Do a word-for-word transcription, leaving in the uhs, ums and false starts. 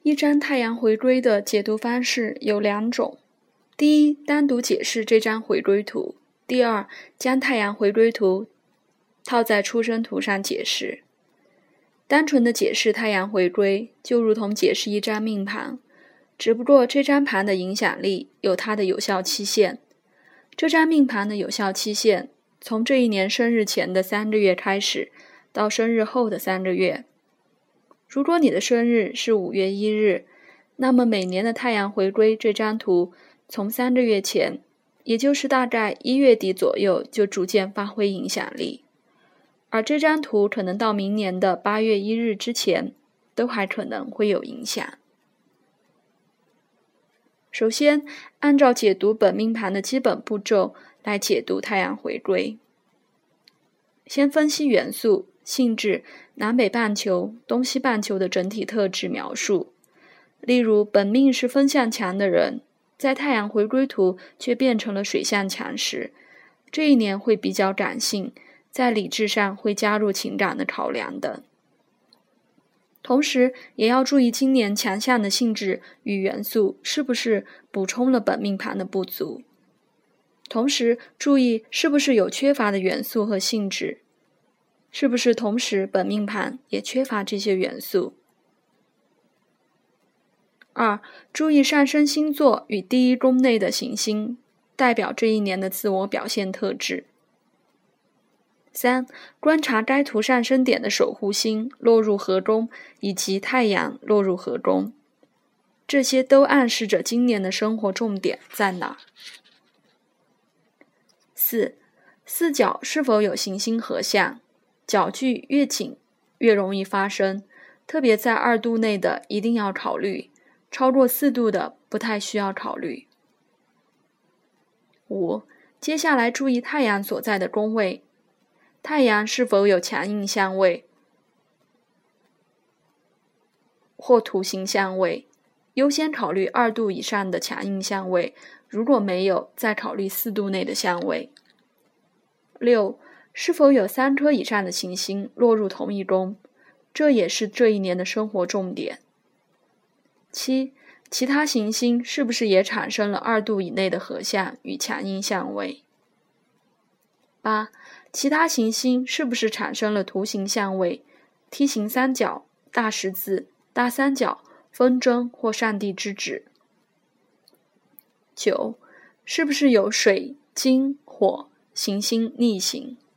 一张太阳回归的解读方式有两种：第一，单独解释这张回归图；第二，将太阳回归图套在出生图上解释。单纯的解释太阳回归，就如同解释一张命盘，只不过这张盘的影响力有它的有效期限。这张命盘的有效期限，从这一年生日前的三个月开始，到生日后的三个月。如果你的生日是五月一日，那么每年的太阳回归这张图，从三个月前，也就是大概一月底左右，就逐渐发挥影响力。而这张图可能到明年的八月一日之前，都还可能会有影响。首先，按照解读本命盘的基本步骤来解读太阳回归。先分析元素、性质、南北半球、东西半球的整体特质描述。例如，本命是风向强的人，在太阳回归图却变成了水象强时，这一年会比较感性，在理智上会加入情感的考量等。同时也要注意今年强项的性质与元素是不是补充了本命盘的不足，同时注意是不是有缺乏的元素和性质，是不是同时本命盘也缺乏这些元素。二、注意上升星座与第一宫内的行星代表这一年的自我表现特质。三、观察该图上升点的守护星落入何宫以及太阳落入何宫，这些都暗示着今年的生活重点在哪。四、四角是否有行星合相，角距越紧越容易发生，特别在二度内的一定要考虑，超过四度的不太需要考虑。五、接下来注意太阳所在的宫位，太阳是否有强硬相位或图形相位，优先考虑二度以上的强硬相位，如果没有，再考虑四度内的相位。六、是否有三颗以上的行星落入同一宫，这也是这一年的生活重点。七、其他行星是不是也产生了二度以内的合相与强硬相位。八、其他行星是不是产生了图形相位，梯形三角、大十字、大三角、风筝或上帝之指。九、是不是有水、金、火行星逆行。